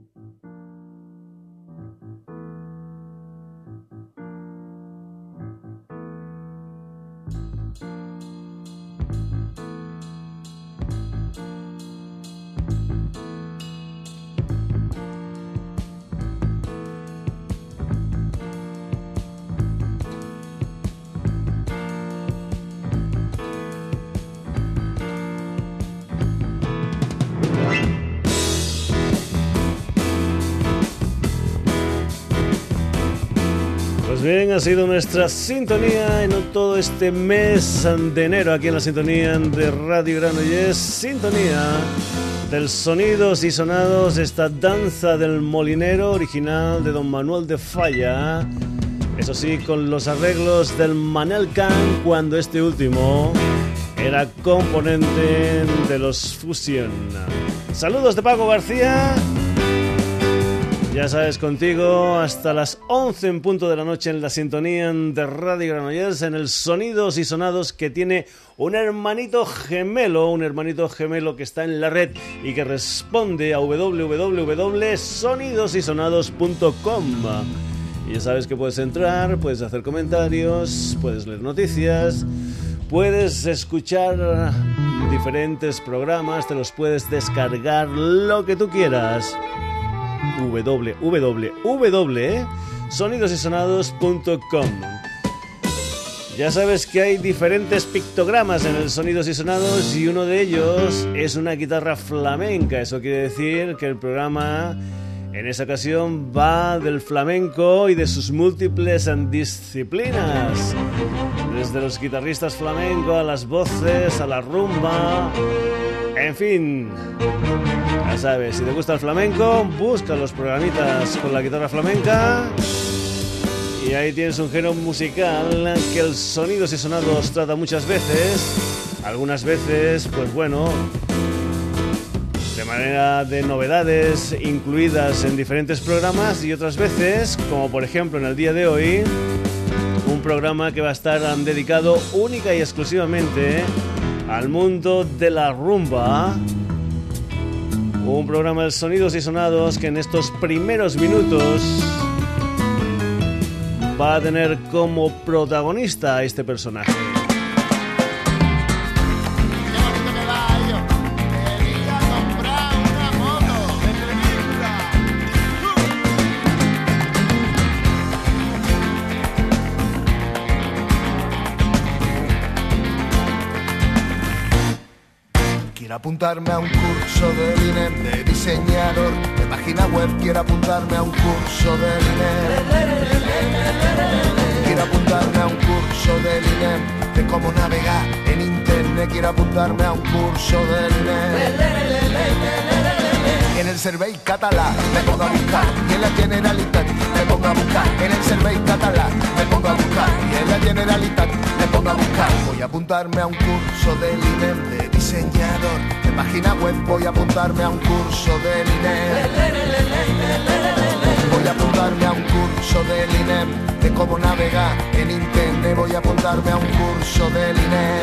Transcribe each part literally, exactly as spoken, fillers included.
Bien, ha sido nuestra sintonía en todo este mes de enero aquí en la sintonía de Radio Granollers, sintonía del Sonidos y Sonados, esta danza del molinero original de Don Manuel de Falla, eso sí, con los arreglos del Manel Can cuando este último era componente de los Fusion. Saludos de Paco García. Ya sabes, contigo hasta las once en punto de la noche en la sintonía de Radio Granollers, en el Sonidos y Sonados, que tiene un hermanito gemelo, un hermanito gemelo que está en la red y que responde a doble u doble u doble u punto sonidos y sonados punto com. Y ya sabes que puedes entrar, puedes hacer comentarios, puedes leer noticias, puedes escuchar diferentes programas, te los puedes descargar, lo que tú quieras. doble u doble u doble u punto sonidos y sonados punto com. Ya sabes que hay diferentes pictogramas en el Sonidos y Sonados y uno de ellos es una guitarra flamenca. Eso quiere decir que el programa en esa ocasión va del flamenco y de sus múltiples disciplinas. Desde los guitarristas flamencos a las voces, a la rumba, en fin. Ya sabes, si te gusta el flamenco, busca los programitas con la guitarra flamenca y ahí tienes un género musical que el Sonidos y Sonados trata muchas veces, algunas veces, pues bueno, de manera de novedades incluidas en diferentes programas, y otras veces, como por ejemplo en el día de hoy, un programa que va a estar dedicado única y exclusivamente al mundo de la rumba. Un programa de Sonidos y Sonados que en estos primeros minutos va a tener como protagonista a este personaje. Quiero apuntarme a un curso del I N E M de diseñador de página web. Quiero apuntarme a un curso del I N E M. Quiero apuntarme a un curso del I N E M de cómo navegar en internet. Quiero apuntarme a un curso del I N E M. En el Servei Català me pongo a buscar y en la Generalitat me pongo a buscar. En el Servei Català me pongo a buscar y en la Generalitat me pongo a buscar. Voy a apuntarme a un curso del I N E M de diseñador de página web. Voy a apuntarme a un curso del I N E M. Voy a apuntarme a un curso del I N E M de cómo navegar en internet. Voy a apuntarme a un curso del I N E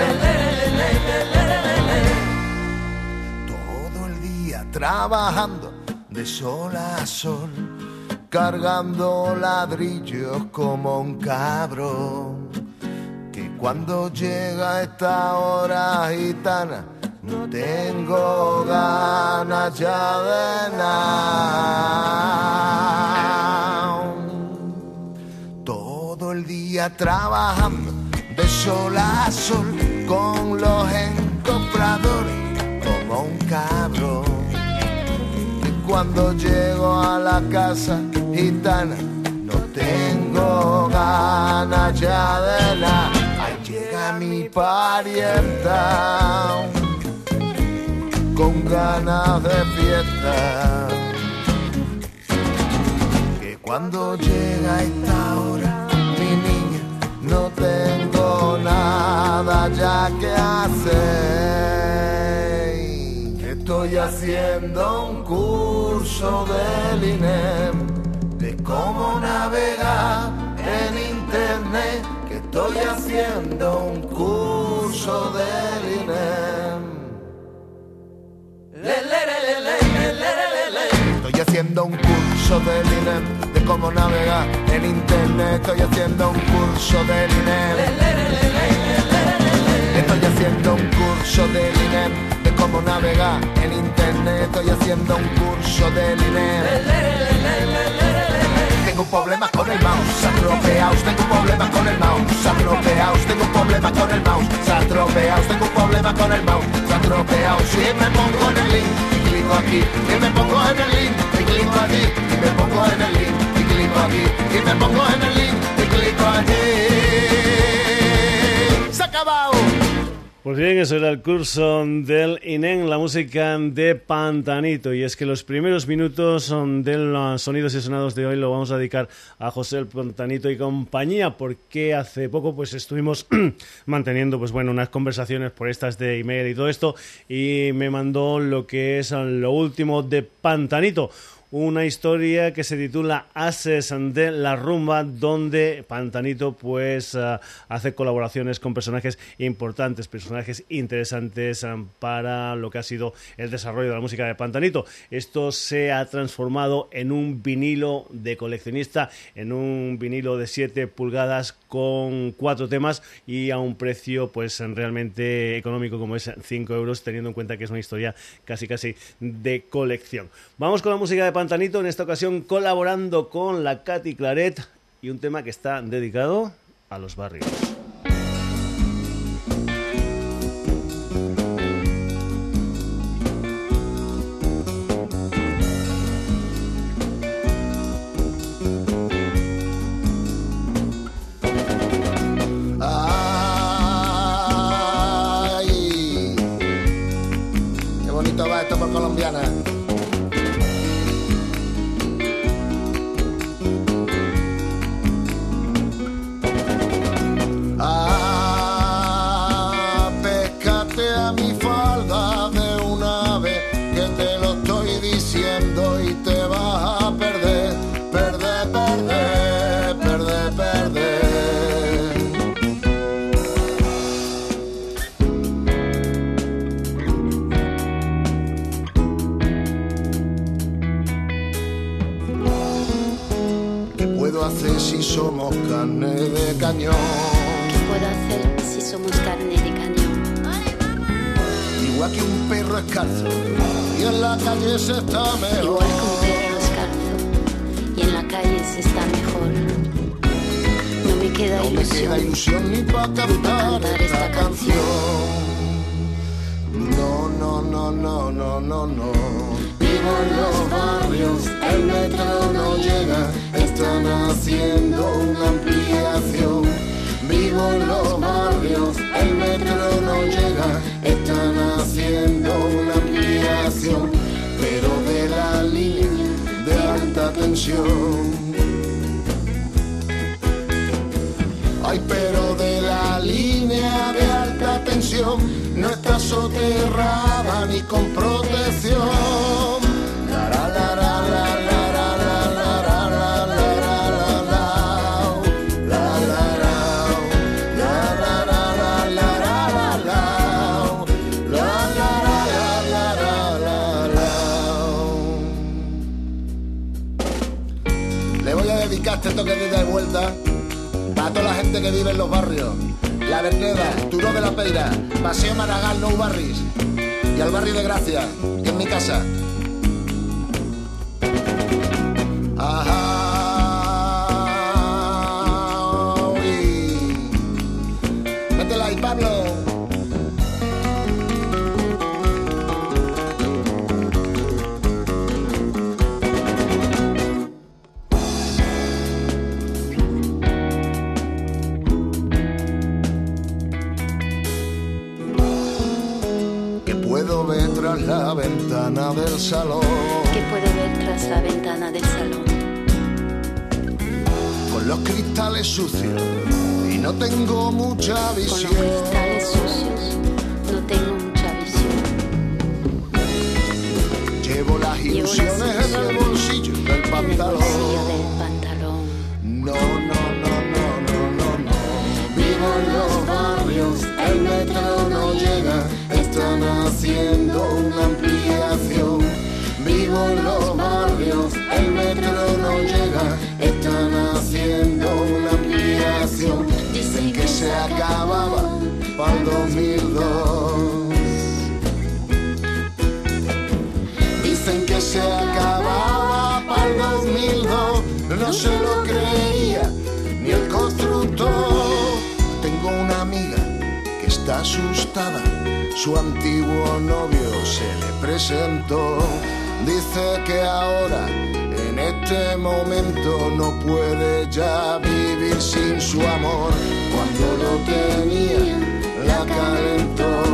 M. Todo el día trabajando de sol a sol, cargando ladrillos como un cabrón, que cuando llega esta hora gitana no tengo ganas ya de nada. Todo el día trabajando de sol a sol con los encofradores como un cabrón, y cuando llego a la casa gitana no tengo ganas ya de nada. Ahí llega mi parienta con ganas de fiesta, que cuando llega esta hora, mi niña, no tengo nada ya que hacer. Estoy haciendo un curso del I N E M de cómo navegar en internet, que estoy haciendo un curso del I N E M. Le, le, le, le, le, le, le, le, le. Estoy haciendo un curso del I N E M de cómo navegar en internet. Estoy haciendo un curso del I N E M. Estoy haciendo un curso del I N E M de cómo navegar en internet. Estoy haciendo un curso del I N E M. Tengo un problema con el mouse, atropeaos. Tengo un problema con el mouse, atropeaos. Tengo un problema con el mouse, atropeaos. Tengo un problema con el mouse, atropeaos. Y me pongo en el link y clico aquí. Y me pongo en el link y clico aquí. Y me pongo en el link y clico aquí. Y me pongo en el link y clico allí. ¡Se ha acabado! Pues bien, eso era el curso del I N E M, la música de Pantanito. Y es que los primeros minutos son de los sonidos y sonados de hoy lo vamos a dedicar a José el Pantanito y compañía, porque hace poco pues estuvimos manteniendo pues bueno unas conversaciones por estas de email y todo esto, y me mandó lo que es lo último de Pantanito. Una historia que se titula Ases de la Rumba, donde Pantanito pues uh, hace colaboraciones con personajes importantes, personajes interesantes um, para lo que ha sido el desarrollo de la música de Pantanito. Esto se ha transformado en un vinilo de coleccionista, en un vinilo de siete pulgadas con cuatro temas y a un precio pues realmente económico como es cinco euros, teniendo en cuenta que es una historia casi casi de colección. Vamos con la música de Pantanito. Pantanito, en esta ocasión colaborando con la Katy Claret y un tema que está dedicado a los barrios. Ay, qué bonito va esto por colombiana. Y te vas a perder, perder, perder, perder, perder. ¿Qué puedo hacer si somos carne de cañón? ¿Qué puedo hacer si somos carne de cañón? Igual que un perro escalzo y en la calle se está mejor. Igual que un perro escalzo y en la calle se está mejor. No me queda no ilusión, me queda ilusión ni para cantar, ni pa cantar esta, esta canción. canción. No, no, no, no, no, no, no. Vivo en los barrios, el metro no llega, están haciendo una ampliación. Vivo en los barrios, el metro no llega, están haciendo una ampliación, pero de la línea de alta tensión. Ay, pero de la línea de alta tensión no está soterrada ni con protección. La, la, la, la, la, la. Este toque de ida y vuelta para toda la gente que vive en los barrios, La Verneda, Turó de la Peira, Paseo Maragall, Nou Barris y al barrio de Gracia, que es mi casa. Ajá, uy. Métela ahí, Pablo. Puedo ver tras la ventana del salón. ¿Qué puedo ver tras la ventana del salón? Con los cristales sucios y no tengo mucha visión. Con los cristales sucios no tengo mucha visión. Llevo las ilusiones Llevo las en el bolsillo del pantalón. En el bolsillo del pantalón. No, no, no, no, no, no, no. Vivo en los barrios, el metro no llega. Están haciendo una ampliación. Vivo en los barrios. el dos mil dos. Dicen que se acababa para el dos mil dos, no se lo creía ni el constructor. Tengo una amiga que está asustada, su antiguo novio se le presentó. Dice que ahora, en este momento, no puede ya vivir sin su amor. Cuando lo tenía, la calentó.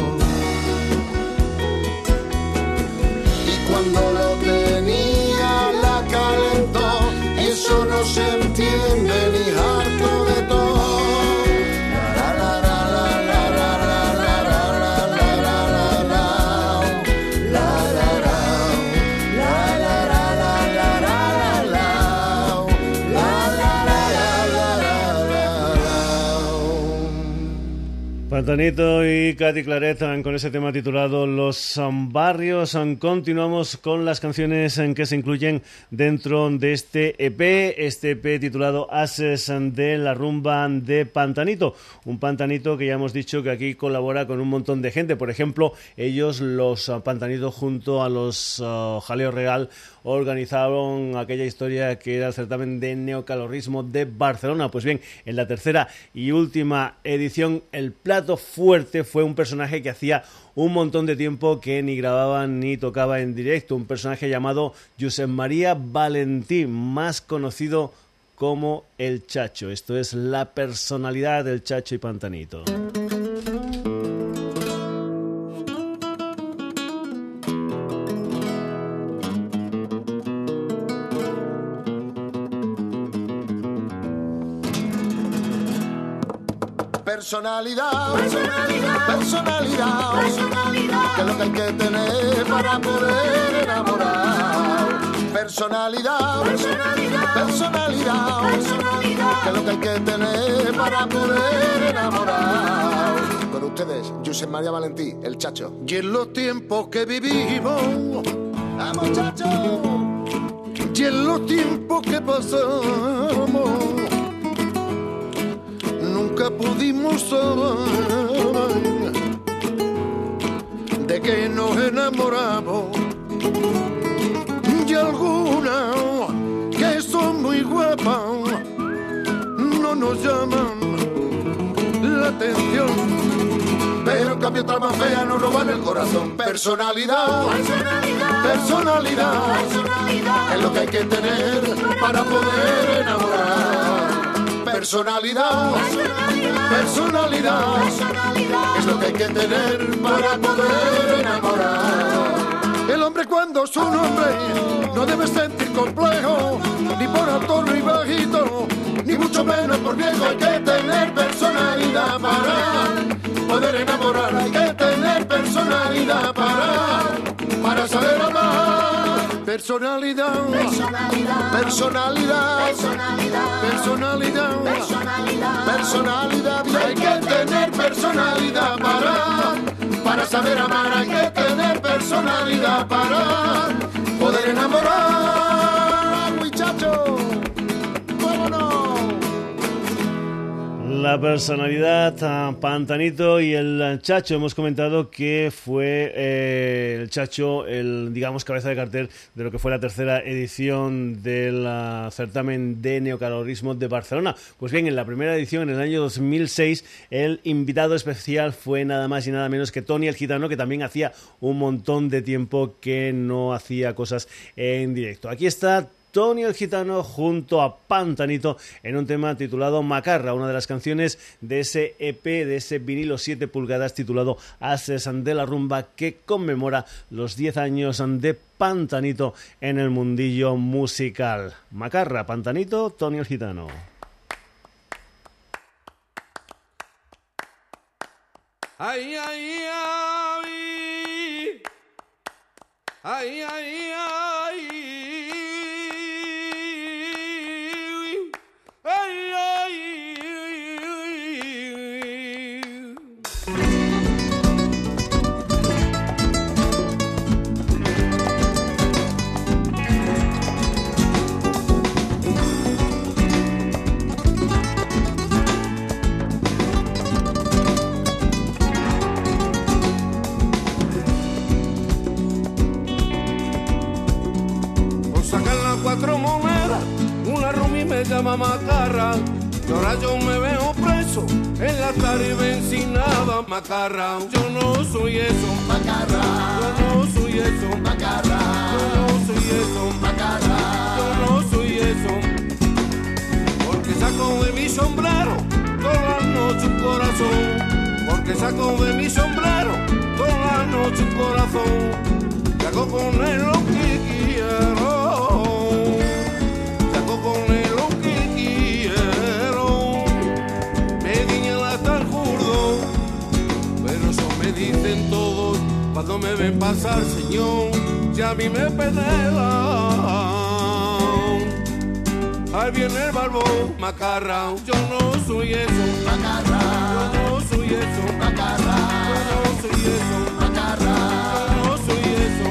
Y cuando lo tenía, la calentó. Y eso no se entiende ni harto de todo. Pantanito y Katy Claret con ese tema titulado Los Barrios. Continuamos con las canciones que se incluyen dentro de este E P, este E P titulado Ases de la Rumba de Pantanito. Un Pantanito que ya hemos dicho que aquí colabora con un montón de gente. Por ejemplo, ellos, los Pantanito, junto a los uh, Jaleo Real, organizaron aquella historia que era el certamen de neocalorismo de Barcelona. Pues bien, en la tercera y última edición, el plato fuerte fue un personaje que hacía un montón de tiempo que ni grababa ni tocaba en directo, un personaje llamado Josep María Valentí, más conocido como El Chacho. Esto es la personalidad del Chacho y Pantanito. Personalidad, personalidad, personalidad, personalidad, que es lo que hay que tener para poder enamorar. Personalidad, personalidad, personalidad, personalidad, que es lo que hay que tener para poder enamorar. Con ustedes, Josep María Valentí, El Chacho. Y en los tiempos que vivimos, ¡vamos, Chacho! Y en los tiempos que pasamos, nunca pudimos saber de que nos enamoramos. Y algunas que son muy guapas no nos llaman la atención, pero en cambio otras más feas nos roban el corazón. Personalidad, personalidad, personalidad, personalidad, es lo que hay que tener para poder enamorar. Personalidad, personalidad, personalidad, personalidad, es lo que hay que tener para poder enamorar. El hombre cuando es un hombre no debe sentir complejo, ni por alto ni bajito, ni mucho menos por viejo. Hay que tener personalidad para poder enamorar. Hay que tener personalidad para, para saber amar. Personalidad, personalidad, personalidad, personalidad, personalidad, personalidad, personalidad. Y hay que tener personalidad para, para saber amar. Hay que tener personalidad para poder enamorar. Muchacho, ¿cómo no? La personalidad, Pantanito y el Chacho. Hemos comentado que fue eh, el Chacho el, digamos, cabeza de cartel de lo que fue la tercera edición del uh, certamen de neocalorismo de Barcelona. Pues bien, en la primera edición, en el año dos mil seis, el invitado especial fue nada más y nada menos que Tony el Gitano, que también hacía un montón de tiempo que no hacía cosas en directo. Aquí está Tony el Gitano junto a Pantanito en un tema titulado Macarra, una de las canciones de ese E P, de ese vinilo siete pulgadas titulado Ases de la Rumba, que conmemora los diez años de Pantanito en el mundillo musical. Macarra, Pantanito, Tony el Gitano. Ay, ay, ay, ay, ay, ay, ay. llama Macarra, y ahora yo me veo preso en la Caribe sin nada, Macarra. Yo no soy eso, Macarra. Yo no soy eso, Macarra. Yo no soy eso, Macarra. Yo no soy eso. Porque saco de mi sombrero toda la noche un corazón. Porque saco de mi sombrero toda la noche un corazón. Y hago con él lo que quiero. Saco con él lo que quiero. Me guiñan hasta el jurdo, pero eso me dicen todos cuando me ven pasar, señor. Si a mí me penela. Ahí viene el barbón, Macarra. Yo no soy eso, Macarra. yo no soy eso, Macarra. yo no soy eso, Macarra. yo no soy eso.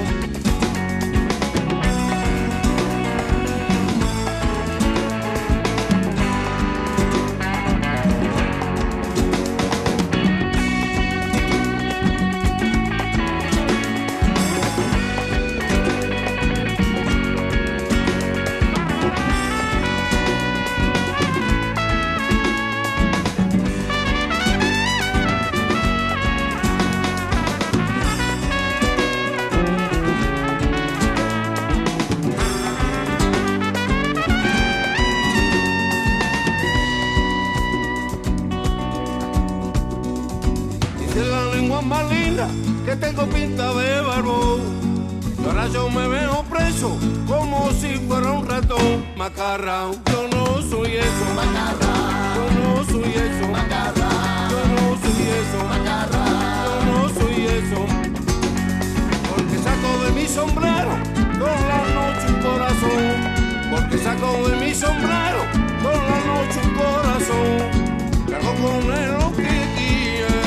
Que tengo pinta de barbón, y ahora yo me veo preso como si fuera un ratón, Macarra. Yo no soy eso, Macarra. yo no soy eso, Macarra. yo no soy eso, Macarra. yo no soy eso. Porque saco de mi sombrero toda la noche un corazón. Porque saco de mi sombrero toda la noche un corazón. Cargo con él lo que quiero.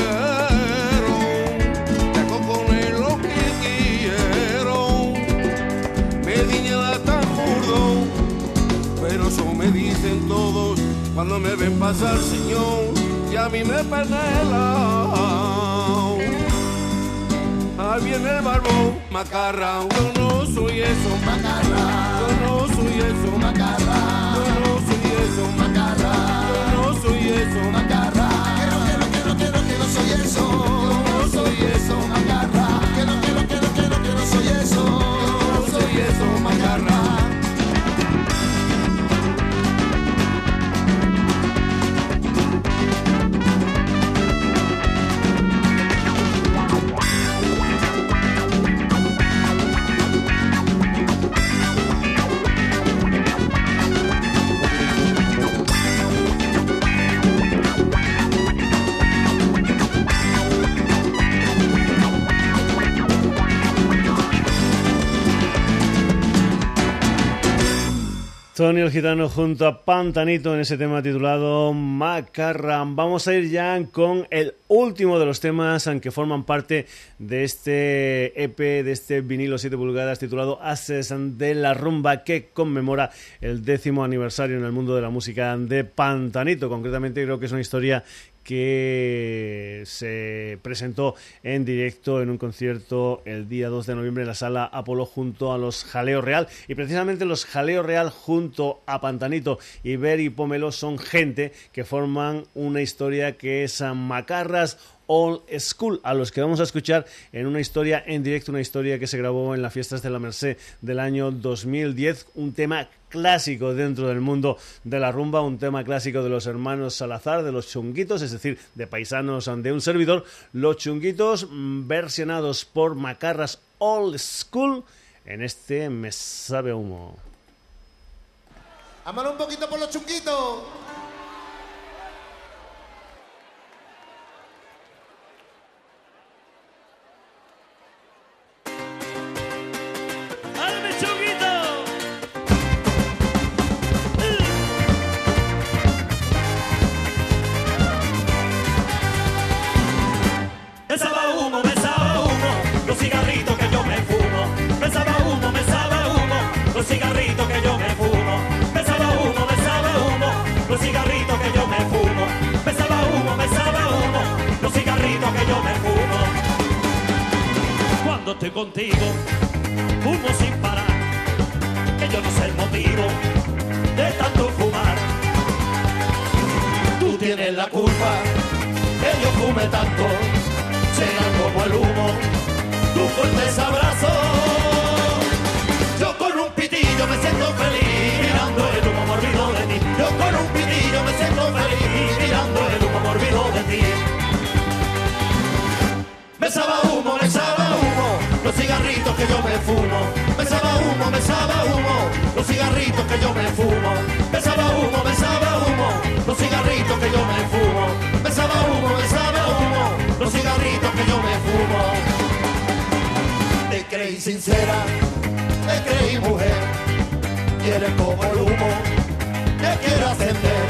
Pero eso me dicen todos cuando me ven pasar, señor, y a mí me penela. Ahí viene el barbón, Macarra. Yo no soy eso, Macarra. yo no soy eso, Macarra. yo no soy eso, Macarra. yo no soy eso, Macarra. Que no, que no, que no, que no, que no soy eso. yo no soy eso, Macarra. Que no, que no, que no, que no, que no soy eso. yo no soy eso, Macarra. Tony el Gitano junto a Pantanito en ese tema titulado Macarra. Vamos a ir ya con el último de los temas que forman parte de este E P, de este vinilo siete pulgadas titulado Ases de la Rumba, que conmemora el décimo aniversario en el mundo de la música de Pantanito. Concretamente creo que es una historia que se presentó en directo en un concierto el día dos de noviembre en la Sala Apolo junto a los Jaleo Real, y precisamente los Jaleo Real junto a Pantanito, Iber y Pomelo son gente que forman una historia que es Macarras Old School, a los que vamos a escuchar en una historia en directo, una historia que se grabó en las fiestas de la Merced del año dos mil diez, un tema clásico dentro del mundo de la rumba, un tema clásico de los hermanos Salazar, de los Chunguitos, es decir, de paisanos de un servidor, los Chunguitos versionados por Macarras Old School en este Me Sabe a Humo. Ámalo un poquito por los Chunguitos. Cigarrito que yo me fumo, me sabe a humo, me sabe a humo, los cigarritos que yo me fumo, me sabe a humo, me sabe a humo, los cigarritos que yo me fumo. Cuando estoy contigo, fumo sin parar, que yo no sé el motivo, de tanto fumar. Tú tienes la culpa que yo fume tanto, será como el humo, tu fuertes abrazos. Yo con un pitillo me siento feliz mirando el humo morbido de ti. Yo con un pitillo me siento feliz mirando el humo morbido de ti. Me sabe a humo, me sabe a humo, los cigarritos que yo me fumo. Me sabe a humo, me sabe a humo, los cigarritos que yo me fumo. Me sabe a humo, me sabe a humo, los cigarritos que yo me fumo. Me sabe a humo, me sabe a humo, los cigarritos que yo me fumo. Te creí sincera, te creí mujer, y eres como el humo que quiero ascender.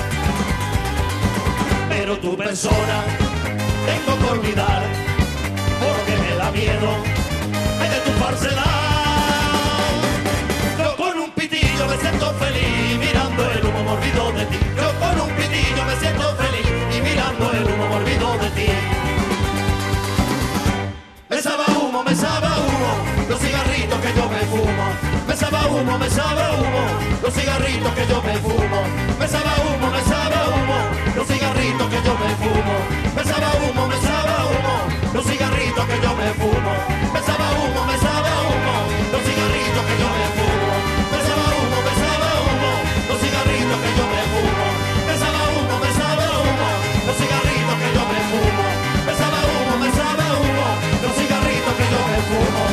Pero tu persona tengo que olvidar, porque me da miedo de tu falsedad. Yo con un pitillo me siento feliz mirando el humo morbido de ti. Yo con un pitillo me siento feliz y mirando el humo morbido de ti. Me sabe a humo, me sabe a humo, los cigarritos que yo me fumo. Me sabe a humo, me sabe a humo, los cigarritos que yo me fumo. Me sabe a humo, me sabe a humo, los cigarritos que yo me fumo. Me sabe a humo, me sabe a humo, los cigarritos que yo me fumo. Me sabe a humo, me sabe a humo, los cigarritos que yo me fumo. Me sabe a humo, me sabe a humo, los cigarritos que yo me fumo. Me sabe a humo, me sabe a humo, los cigarritos que yo me fumo. Me sabe a humo, me sabe a humo, los cigarritos que yo me fumo.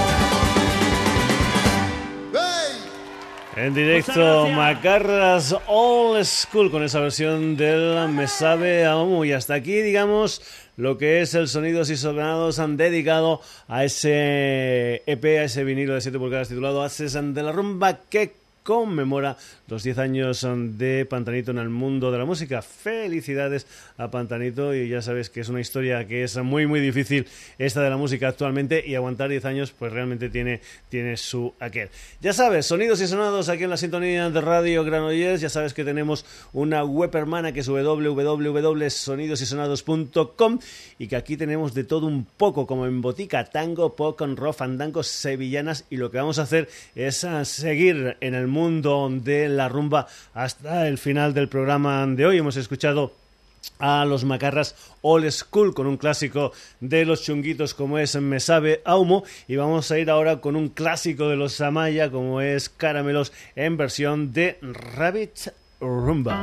En directo, Macarras Old School con esa versión del Me Sabe a Humo. Y hasta aquí, digamos, lo que es el Sonidos y Sonados han dedicado a ese E P, a ese vinilo de siete pulgadas titulado Haces de la Rumba, que conmemora los diez años de Pantanito en el mundo de la música. Felicidades a Pantanito, y ya sabes que es una historia que es muy muy difícil esta de la música actualmente, y aguantar diez años pues realmente tiene, tiene su aquel. Ya sabes, Sonidos y Sonados aquí en la sintonía de Radio Granollers. Ya sabes que tenemos una web hermana que es doble u doble u doble u punto sonidos y sonados punto com, y que aquí tenemos de todo un poco, como en botica, tango, pop, rock, fandangos, sevillanas, y lo que vamos a hacer es a seguir en el mundo de la rumba hasta el final del programa de hoy. Hemos escuchado a los Macarras Old School con un clásico de los Chunguitos como es Me Sabe a Humo, y vamos a ir ahora con un clásico de los Amaya como es Caramelos en versión de Rabbit Rumba.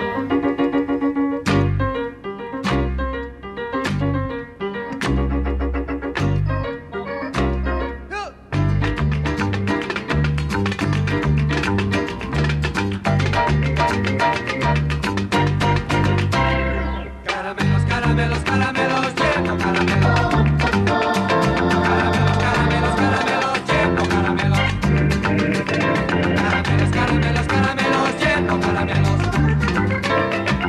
Caramelos, caramelos, lleno caramelos.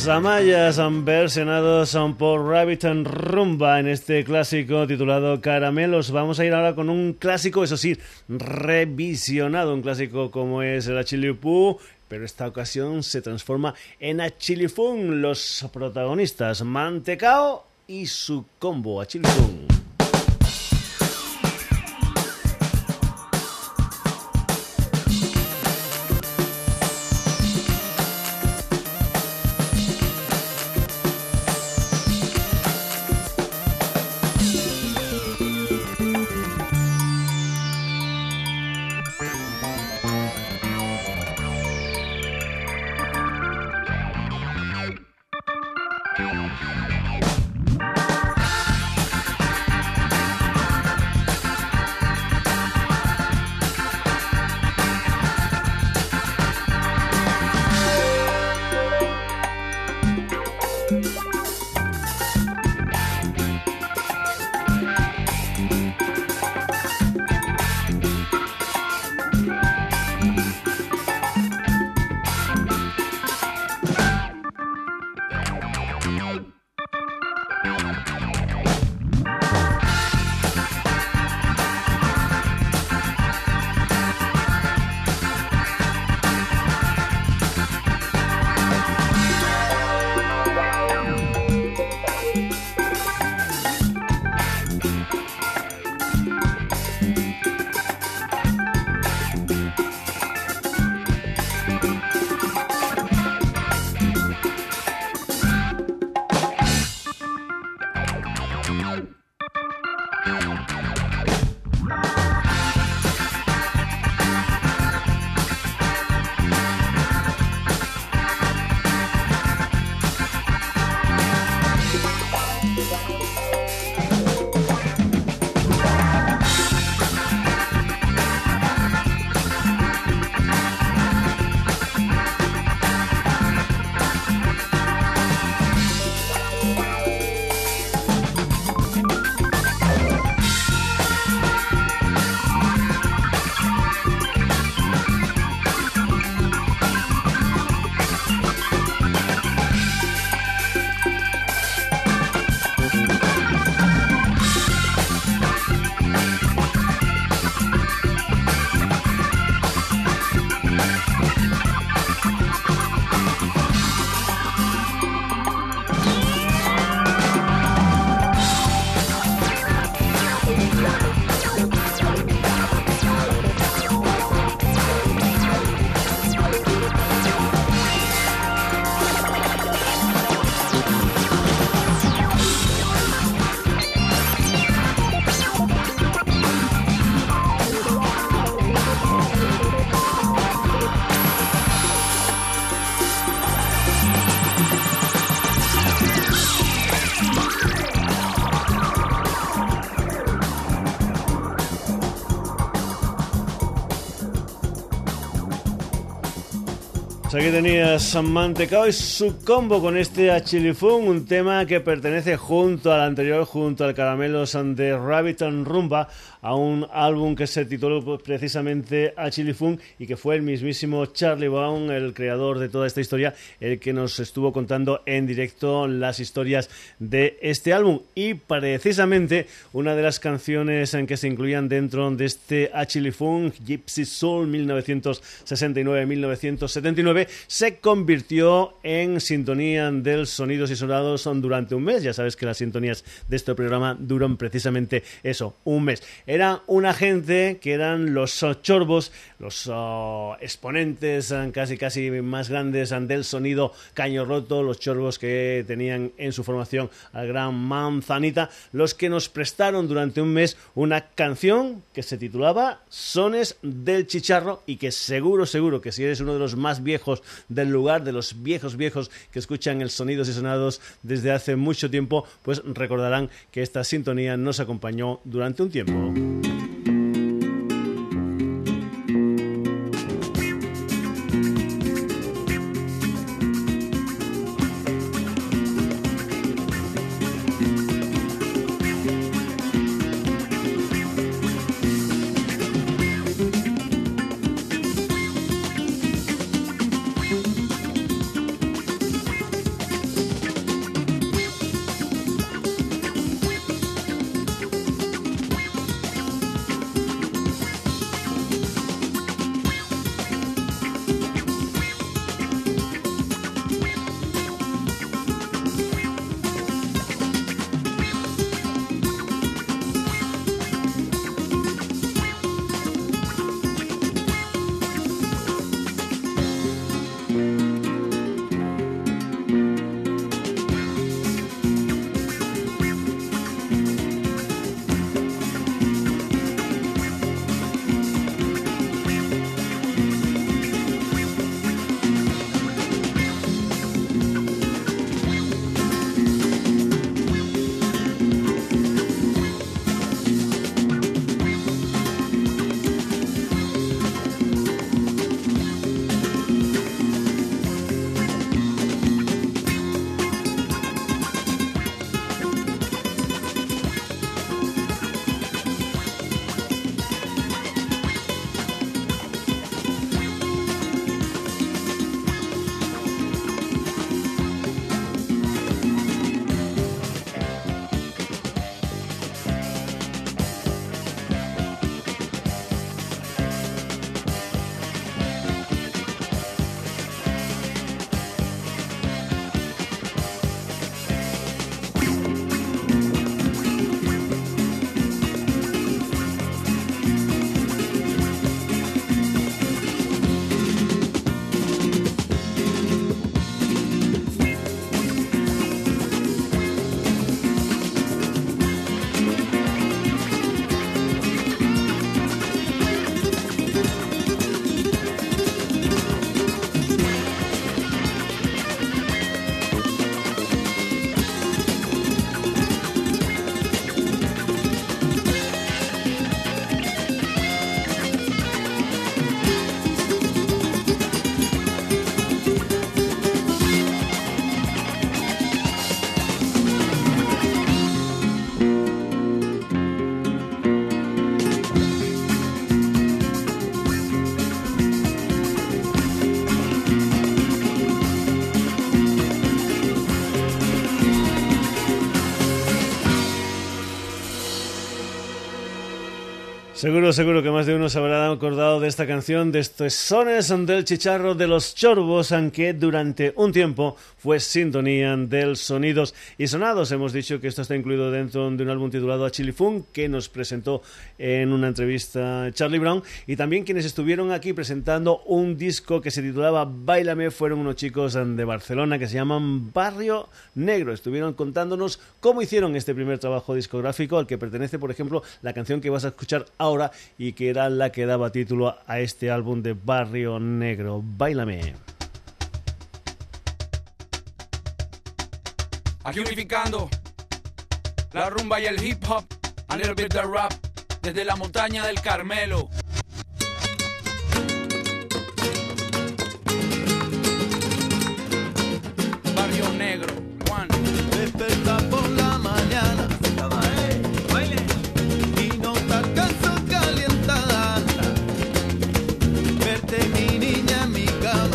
Samayas han versionados por Rabbit and Rumba en este clásico titulado Caramelos. Vamos a ir ahora con un clásico, eso sí, revisionado, un clásico como es el Achilipú, pero esta ocasión se transforma en Achilifún. Los protagonistas, Mantecao y su combo Achilifún. Pues aquí tenías Mantecao y su combo con este Achilifún, un tema que pertenece junto al anterior, junto al Caramelos de Rabbit and Rumba, a un álbum que se tituló precisamente Achilifún y que fue el mismísimo Charlie Baum, el creador de toda esta historia, el que nos estuvo contando en directo las historias de este álbum. Y precisamente una de las canciones en que se incluían dentro de este Achilifún, Gypsy Soul mil novecientos sesenta y nueve a mil novecientos setenta y nueve, se convirtió en sintonía del Sonidos y Sonados durante un mes. Ya sabes que las sintonías de este programa duran precisamente eso, un mes. Era una gente que eran los uh, chorbos, los uh, exponentes uh, casi casi más grandes uh, del sonido caño roto, los chorbos que tenían en su formación al gran Manzanita, los que nos prestaron durante un mes una canción que se titulaba Sones del Chicharro y que seguro, seguro que si eres uno de los más viejos del lugar, de los viejos viejos que escuchan el Sonidos y Sonados desde hace mucho tiempo, pues recordarán que esta sintonía nos acompañó durante un tiempo. Seguro, seguro que más de uno se habrá acordado de esta canción, de estos sones del chicharro de los chorbos, aunque durante un tiempo fue sintonía del Sonidos y Sonados. Hemos dicho que esto está incluido dentro de un álbum titulado A Chili Funk, que nos presentó en una entrevista Charlie Brown, y también quienes estuvieron aquí presentando un disco que se titulaba Báilame fueron unos chicos de Barcelona que se llaman Barrio Negro. Estuvieron contándonos cómo hicieron este primer trabajo discográfico, al que pertenece, por ejemplo, la canción que vas a escuchar ahora, ahora y que era la que daba título a este álbum de Barrio Negro, Báilame. Aquí unificando la rumba y el hip hop, a little bit de rap, desde la montaña del Carmelo. Barrio Negro, one. Despertar por la mañana, baile. Mi niña en mi cama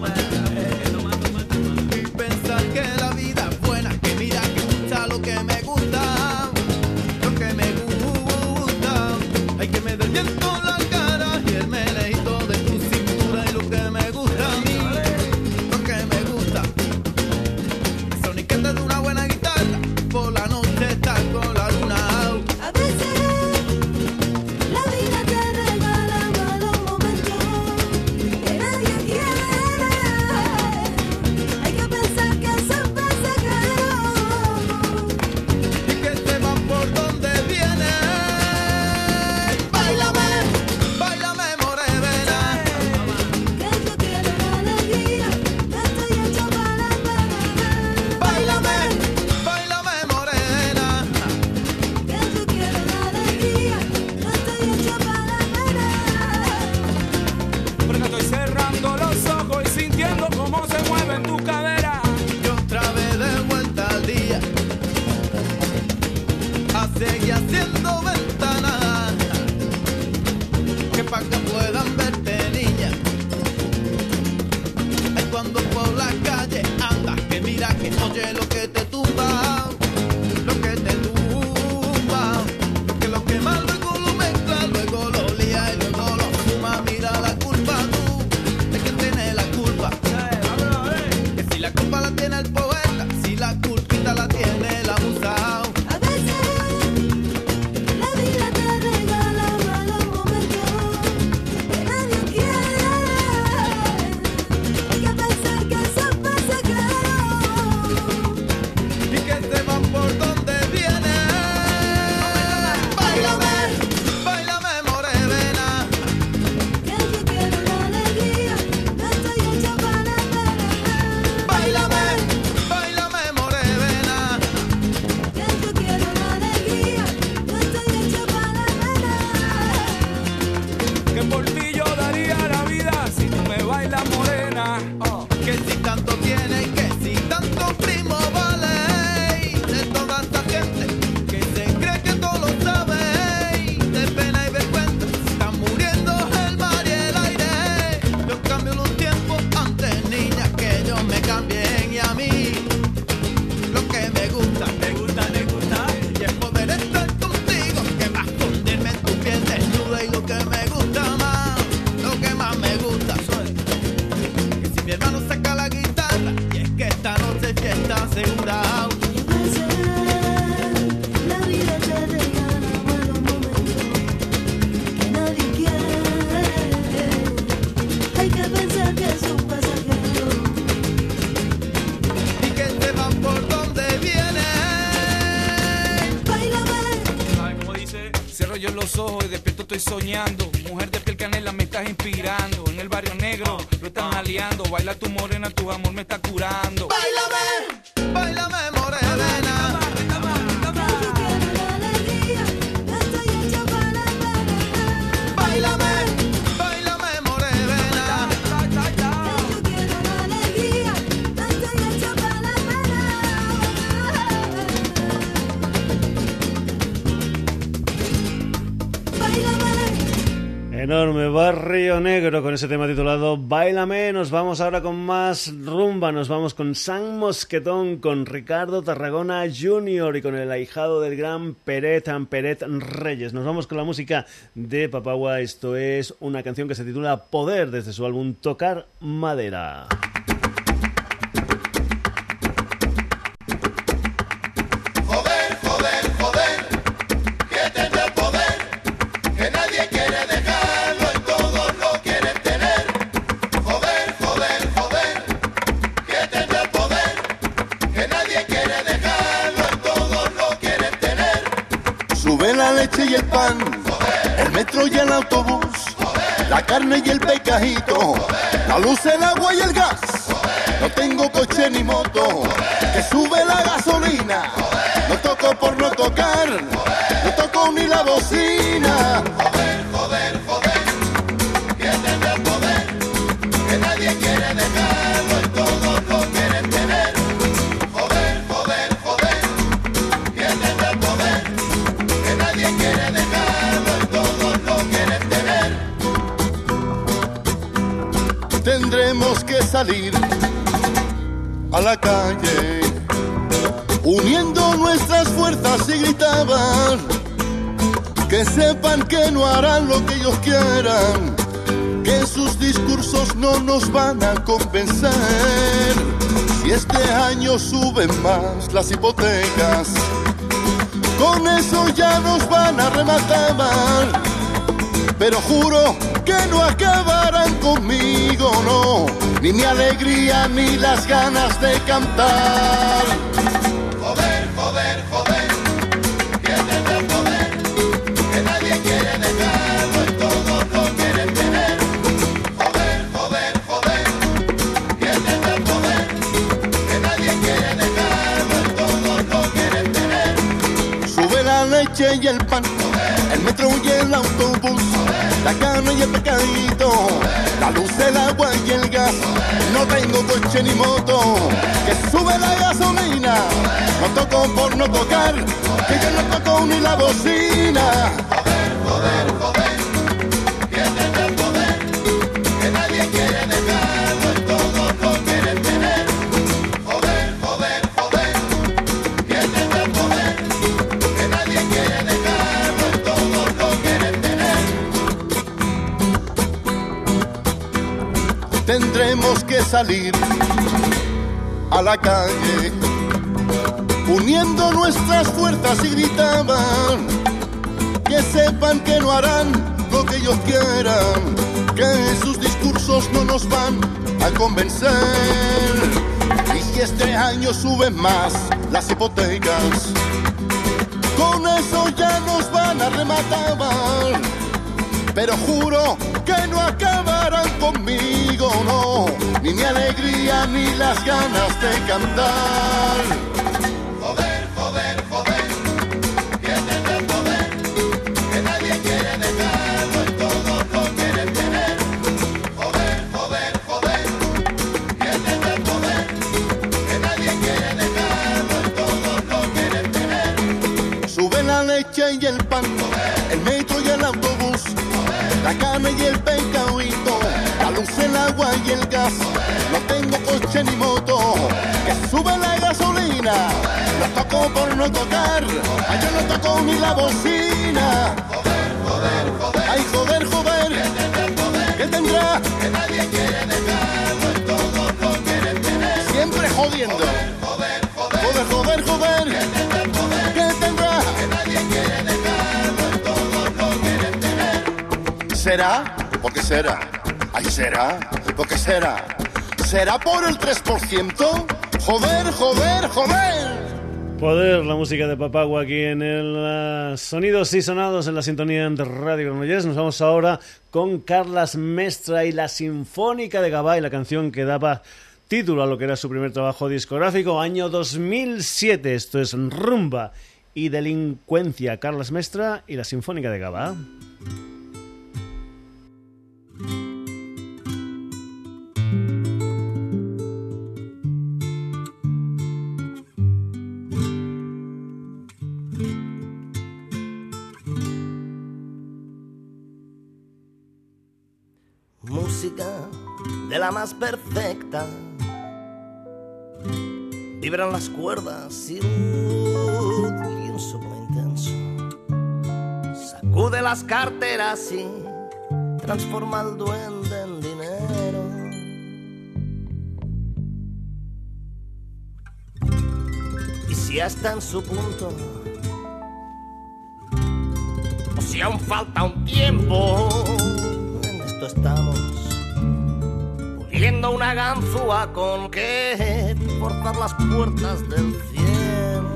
y pensar que la vida es buena, que mira que gusta lo que me gusta, lo que me gusta. Hay que me dé el viento en la cara y el meneíto de tu cintura, y lo que me gusta a mí, lo que me gusta. El soniquete de una buena guitarra, por la noche estar con la luna. A veces la vida te regala malos momentos. Seguí haciendo ventanas que pa' que puedan verte, niña. Es cuando por la calle andas, que mira que oye lo que te tumba, lo que te tumba, que lo que más luego lo mezcla, luego lo lía y luego lo fuma. Mira la culpa tú, de que tiene la culpa, que si la culpa la tiene el poeta, si la culpita la tiene la musa. Soñando, mujer de piel canela me estás inspirando. En el barrio negro lo están jaleando. Baila tu morena, tu amor me está curando. Báilame, báilame morena. Báilame, báilame morena. Enorme, Barrio Negro, con ese tema titulado Báilame. Nos vamos ahora con más rumba, nos vamos con San Mosquetón, con Ricardo Tarragona junior y con el ahijado del gran Peret, Peret Reyes. Nos vamos con la música de Papagua. Esto es una canción que se titula Poder, desde su álbum Tocar Madera. La leche y el pan, el metro y el autobús, la carne y el pescadito, la luz, el agua y el gas. No tengo coche ni moto, que sube la gasolina. No toco por no tocar, no toco ni la bocina. Joder, joder, joder, que tendrá poder, que nadie quiere dejarlo y todos lo quieren tener. Joder, joder, joder, que tendrá poder, que nadie quiere dejarlo y todos lo quieren tener. Tendremos que salir a la calle, uniendo nuestras fuerzas y gritaban, que sepan que no harán lo que ellos quieran, que sus discursos no nos van a convencer. Si este año suben más las hipotecas, con eso ya nos van a rematar, pero juro que no acabarán conmigo, no, ni mi alegría ni las ganas de cantar. Joder, joder, joder, que tendrá poder, que nadie quiere dejarlo y todos lo quieren tener. Joder, joder, joder, que tendrá poder, que nadie quiere dejarlo y todos lo quieren tener. Sube la leche y el pan, el metro y el autobús, la carne y el pescadito, la luz, el agua y el gas. No tengo coche ni moto, que sube la gasolina. No toco por no tocar, que yo no toco ni la bocina. Joder, joder, joder, que tendrá el poder, que nadie quiere dejarlo y todos lo quieren tener. Joder, joder, joder, que tendrá el poder, que nadie quiere dejarlo y todos lo quieren tener. Tendremos que salir a la calle, uniendo nuestras fuerzas y gritaban, que sepan que no harán lo que ellos quieran, que sus discursos no nos van a convencer. Y si este año suben más las hipotecas, con eso ya nos van a rematar, pero juro que no acabarán conmigo, no, ni mi alegría ni las ganas de cantar. Joder, joder, joder, que tendrá el poder, que nadie quiere dejarlo y todos lo quieren tener. Joder, joder, joder, que tendrá el poder, que nadie quiere dejarlo y todos lo quieren tener. Sube la leche y el pan, el metro y el autobús, la carne y el pescadito, la luz, el agua y el gas. No tengo coche ni moto, que sube la gasolina. No toco por no tocar, ay, yo no toco ni la bocina. Joder, joder, joder, ay, joder, joder, ¿qué tendrá? Que nadie quiere dejarlo y todos lo quieren tener. Siempre jodiendo. Joder, joder, joder, joder, ¿qué tendrá? Que nadie quiere dejarlo y todos lo quieren tener. ¿Será? ¿Por qué será? Ay, ¿será? ¿Por qué será? ¿Será por el tres por ciento? Joder, joder, joder. Poder, la música de Papagua aquí en el uh, Sonidos y Sonados en la sintonía de Radio Granollers. Nos vamos ahora con Carles Mestre y la Sinfónica de Gavà y la canción que daba título a lo que era su primer trabajo discográfico, año dos mil siete. Esto es Rumba y Delincuencia. Carles Mestre y la Sinfónica de Gavà. música de la más perfecta. Vibran las cuerdas y, uh, y un soplo intenso sacude las carteras y transforma al duende en dinero. Y si ya está en su punto, o si aún falta un tiempo, en esto estamos, puliendo una ganzúa con que forzar las puertas del cielo.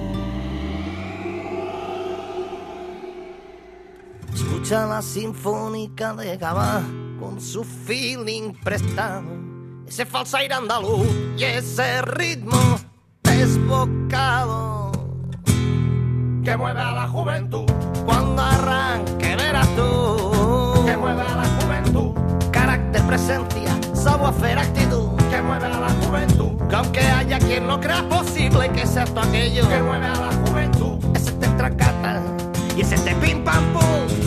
Escucha la sinfónica de Gabá con su feeling prestado, ese falso aire andaluz y ese ritmo desbocado que mueve a la juventud. Cuando arranque verás tú que mueve a la juventud. Carácter, presencia, savoir-faire, actitud que mueve a la juventud. Que aunque haya quien no crea posible que sea todo aquello que mueve a la juventud. Ese te tracata y ese te pim pam pum.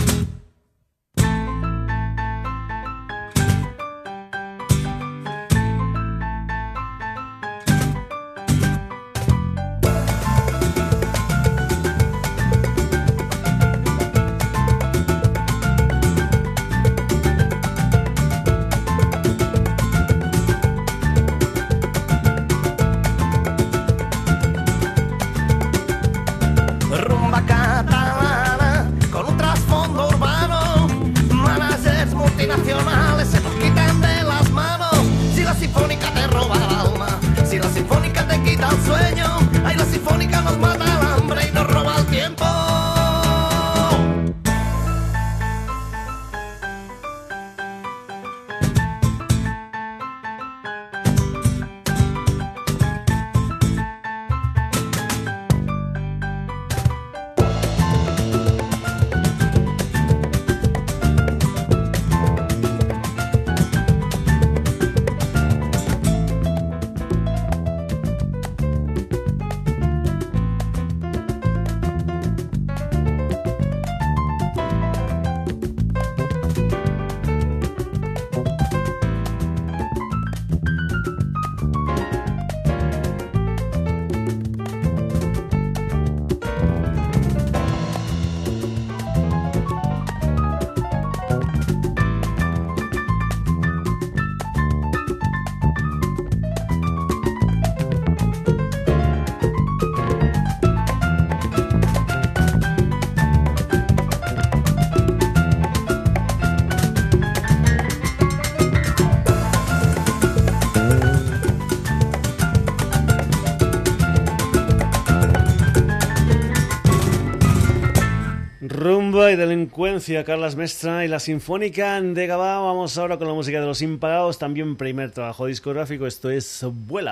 Rumba y delincuencia, Carles Mestre y la Sinfónica de Gabá. Vamos ahora con la música de Los Impagados, también primer trabajo discográfico, esto es Vuela.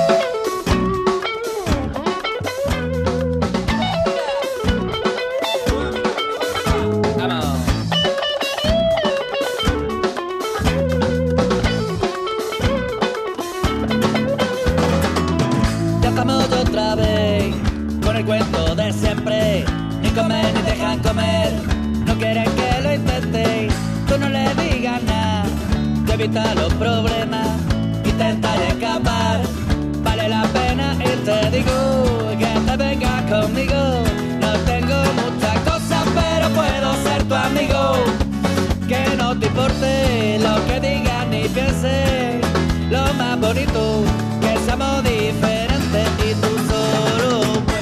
Ya estamos otra vez con el cuento de siempre. Ni comer ni dejan comer, no quieren que lo intentéis. Tú no le digas nada, te evita los problemas, intenta escapar. Vale la pena y te digo que te vengas conmigo. No tengo muchas cosas, pero puedo ser tu amigo. Que no te importe lo que digan ni piensen. Lo más bonito, que seamos diferentes y tú solo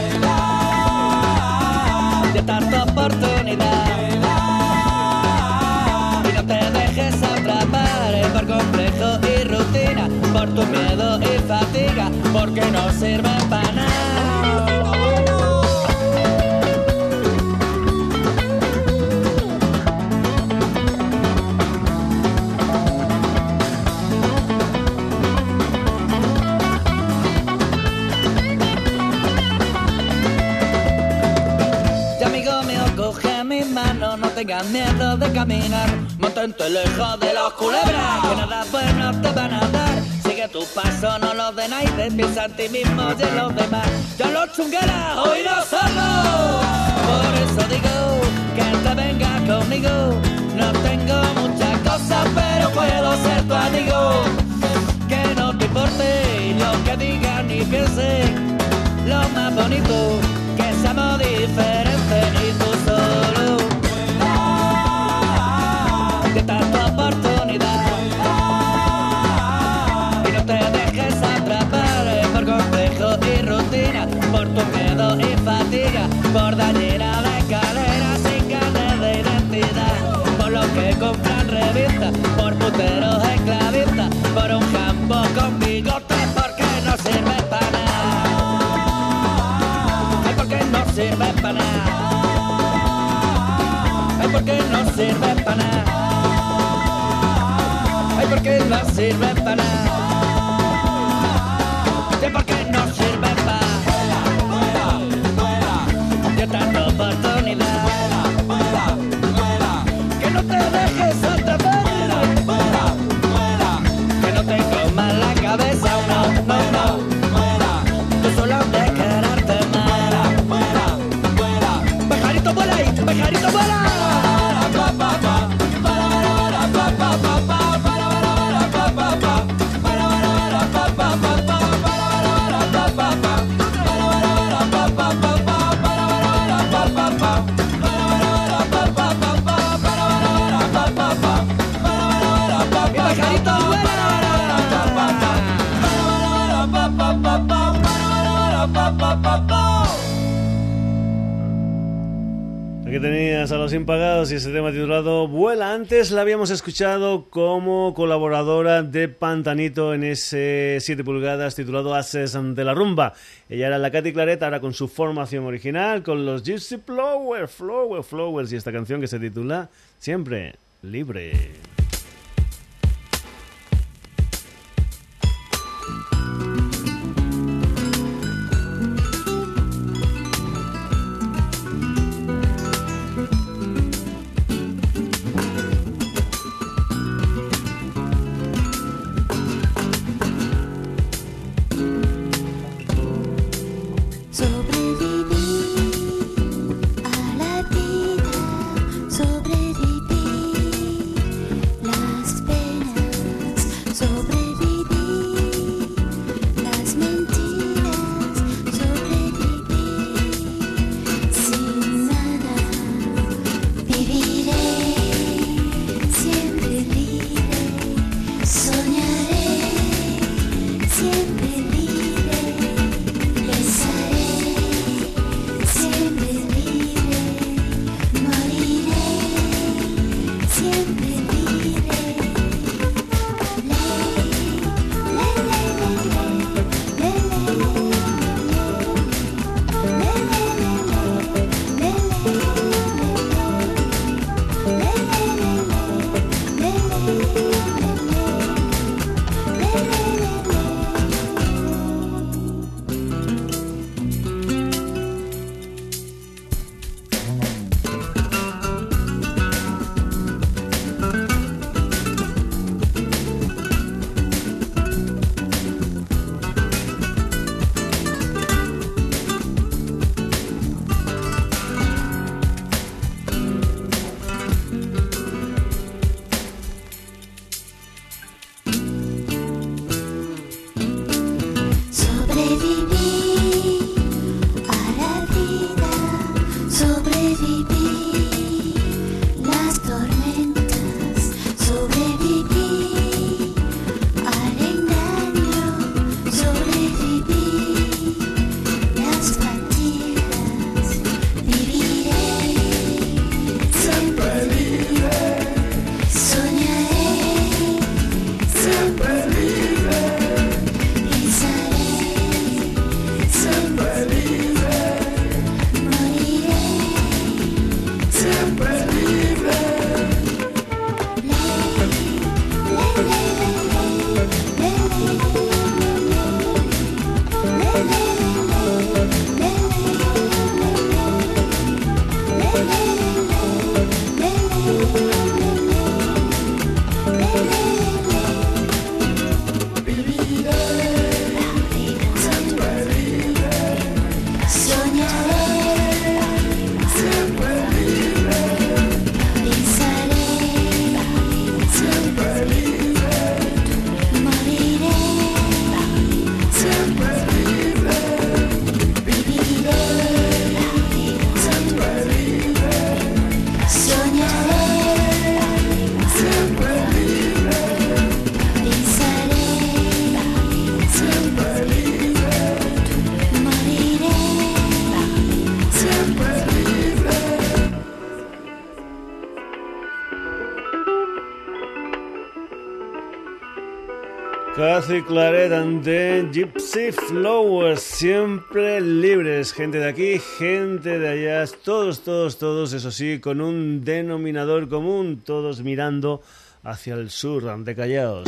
tanta oportunidad y no te dejes atrapar por complejo y rutina, por tu miedo y fatiga, porque no sirve para nada. No tengas miedo de caminar, mantente lejos de los culebras, que nada bueno te van a dar. Sigue tu paso, no lo de nadie, piensa en ti mismo y en los demás. Ya los chungueras, hoy no somos. Por eso digo que te vengas conmigo. No tengo muchas cosas, pero puedo ser tú, que seamos diferentes y tú solo. De tanta oportunidad y no te dejes atrapar por complejos y rutina, por tu miedo y fatiga, por dañina de escalera sin carnet de identidad, por los que compran revistas, por puteros esclavistas, por un campo con bigote porque no sirve para nada. Ay, porque no sirve para nada. Ay, porque no sirve para nada. Ay, porque no sirve para nada. Ay, porque no sirve para nada. Yo tengo oportunidad. Que no te dejes atrapar. Que no te comas la cabeza. No, no, no. Tú solo de quererte mal. Pajarito vuela ahí, pajarito vuela. Aquí tenías a Los Impagados y ese tema titulado Vuela. Antes la habíamos escuchado como colaboradora de Pantanito en ese siete pulgadas titulado Haces de la Rumba. Ella era la Katy Claret, ahora con su formación original, con los Gypsy Flowers, Flowers, Flowers, y esta canción que se titula Siempre Libre. Sobreviví a la vida, sobreviví Cathy Claret and the Gypsy Flowers, siempre libres, gente de aquí, gente de allá, todos, todos, todos, eso sí, con un denominador común, todos mirando hacia el sur de Callaos.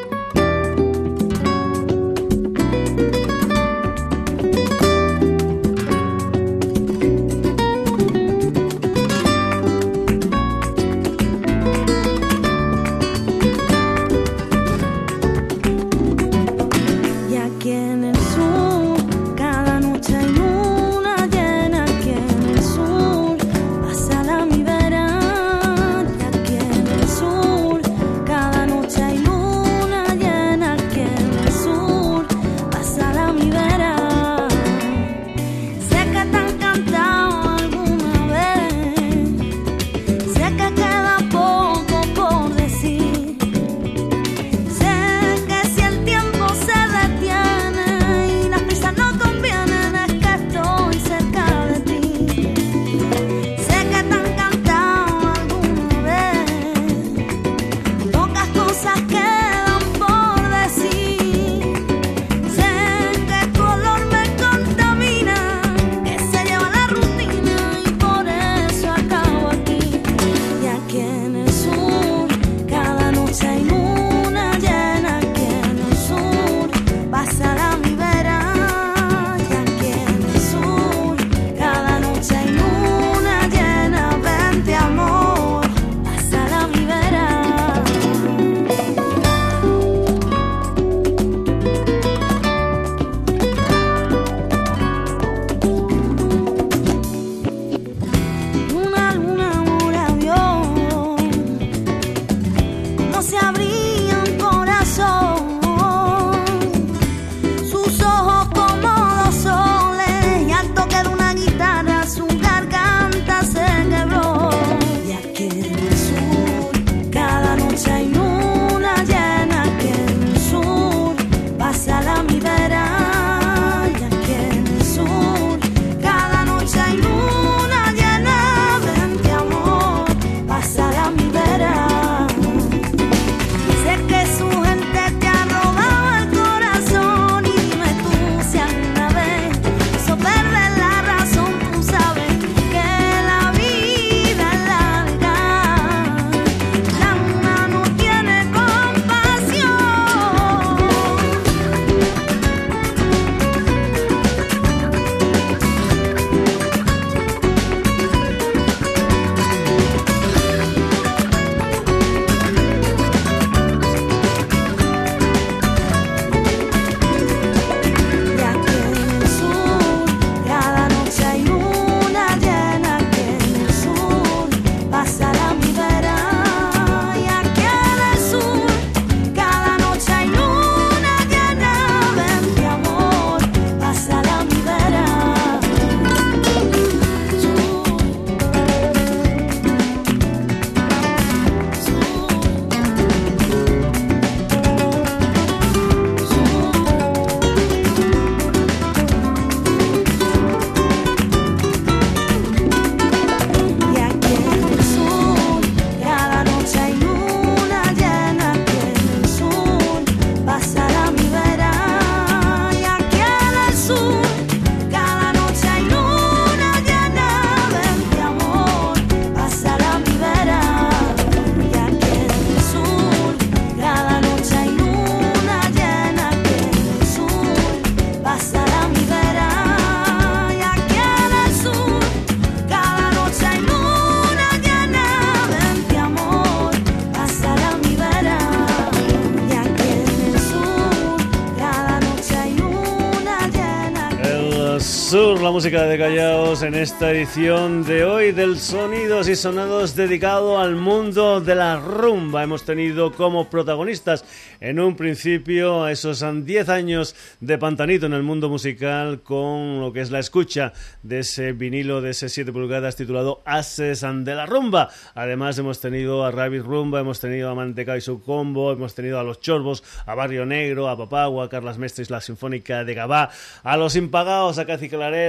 Sur, la música de Callaos en esta edición de hoy del Sonidos y Sonados dedicado al mundo de la rumba. Hemos tenido como protagonistas en un principio a esos diez años de Pantanito en el mundo musical con lo que es la escucha de ese vinilo de ese siete pulgadas titulado Ases de la Rumba. Además hemos tenido a Rabbit Rumba, hemos tenido a Mantecao y su combo, hemos tenido a Los Chorbos, a Barrio Negro, a Papagua, a Carlas Mestres, la Sinfónica de Gabá, a Los Impagaos, a Cathy Claret,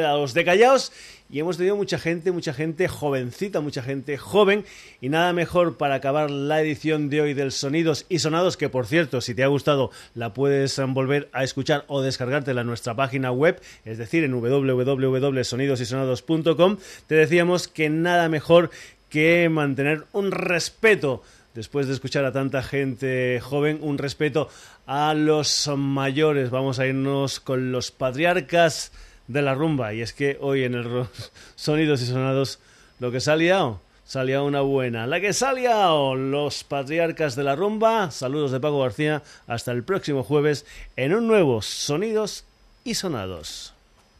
Decallados. Decallados, y hemos tenido mucha gente, mucha gente jovencita, mucha gente joven, y nada mejor para acabar la edición de hoy del Sonidos y Sonados, que por cierto, si te ha gustado, la puedes volver a escuchar o descargártela en nuestra página web, es decir, en doble u doble u doble u punto sonidos y sonados punto com. Te decíamos que nada mejor que mantener un respeto, después de escuchar a tanta gente joven, un respeto a los mayores. Vamos a irnos con los patriarcas de la rumba, y es que hoy en el Sonidos y Sonados lo que se ha liado, se ha liado una buena. La que se ha liado, los patriarcas de la rumba. Saludos de Paco García, hasta el próximo jueves en un nuevo Sonidos y Sonados.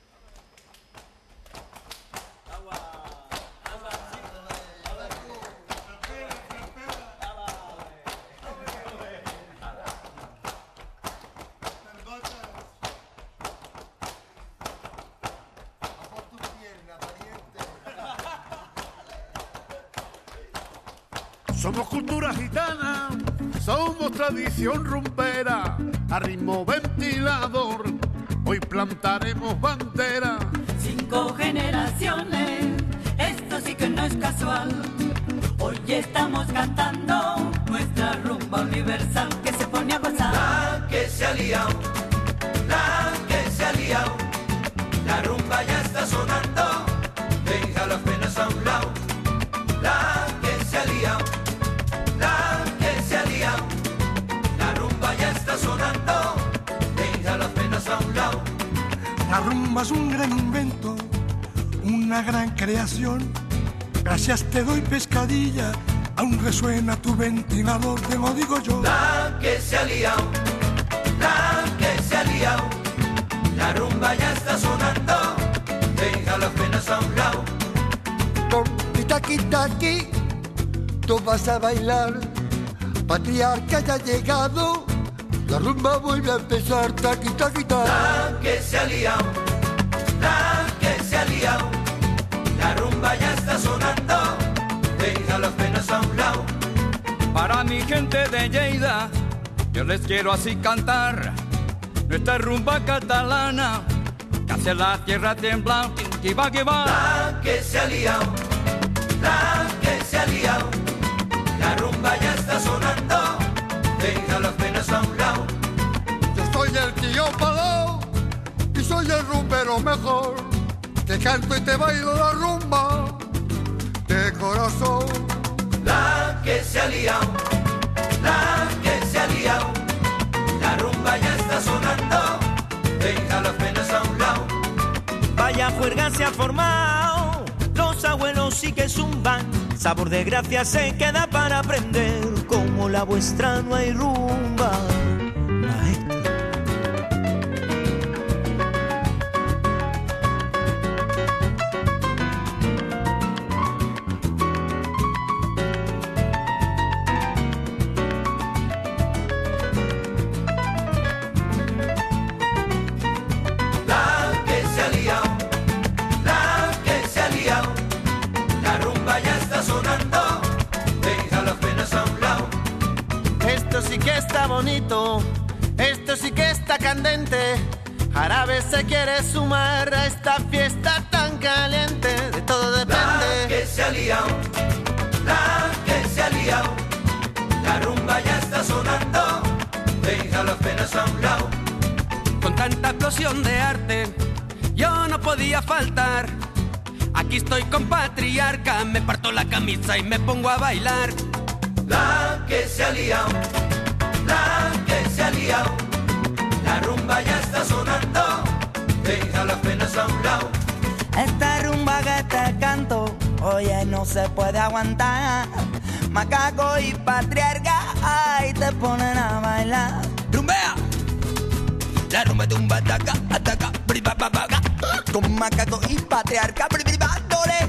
Somos cultura gitana, somos tradición rumbera, a ritmo ventilador, hoy plantaremos bandera. Cinco generaciones, esto sí que no es casual. Hoy estamos cantando nuestra rumba universal que se pone a gozar. La que se ha liado, la que se ha liado, la rumba ya está sonando, deja las penas a un lado. La que se ha liado, la que se ha liado, la rumba ya está sonando, deja las penas a un lado. La rumba es un gran invento, una gran creación. Gracias te doy, pescadilla, aún resuena tu ventilador, te lo digo yo. La que se ha liado, la que se ha liado, la rumba ya está sonando, deja las penas a un lado. Con mi taqui taqui, tú vas a bailar, patriarca ya ha llegado, la rumba vuelve a empezar, taqui taqui taqui. La que se ha liado, la que se ha liado, la rumba ya está sonando, deja las penas a un lado. Para mi gente de Lleida, yo les quiero así cantar nuestra rumba catalana, que hace la tierra temblar, que va, que va. La que se ha liado, la que se ha liado, la rumba ya está sonando, deja las penas a un lado. Yo soy el tío Palao y soy el rumbero mejor, te canto y te bailo la rumba de corazón. La que se ha liado, la que se ha liado, la rumba ya está sonando, deja las penas a un lado. Vaya juerga se ha formado, los abuelos sí que zumban, sabor de gracia se queda para aprender, como la vuestra no hay rumba. Maestro. Bonito, esto sí que está candente. Jarabe se quiere sumar a esta fiesta tan caliente. De todo depende. La que se ha liado, la que se ha liado, la rumba ya está sonando, deja las penas a un lado. Con tanta explosión de arte, yo no podía faltar. Aquí estoy con patriarca, me parto la camisa y me pongo a bailar. La que se ha liado, la que se ha liado, la rumba ya está sonando, deja las penas a un lado. Esta rumba que te canto, oye, no se puede aguantar. Macaco y patriarca, ahí te ponen a bailar. ¡Rumbea! La rumba tumba ataca, ataca, briba, babaga. Con Macaco y patriarca, briba, dore.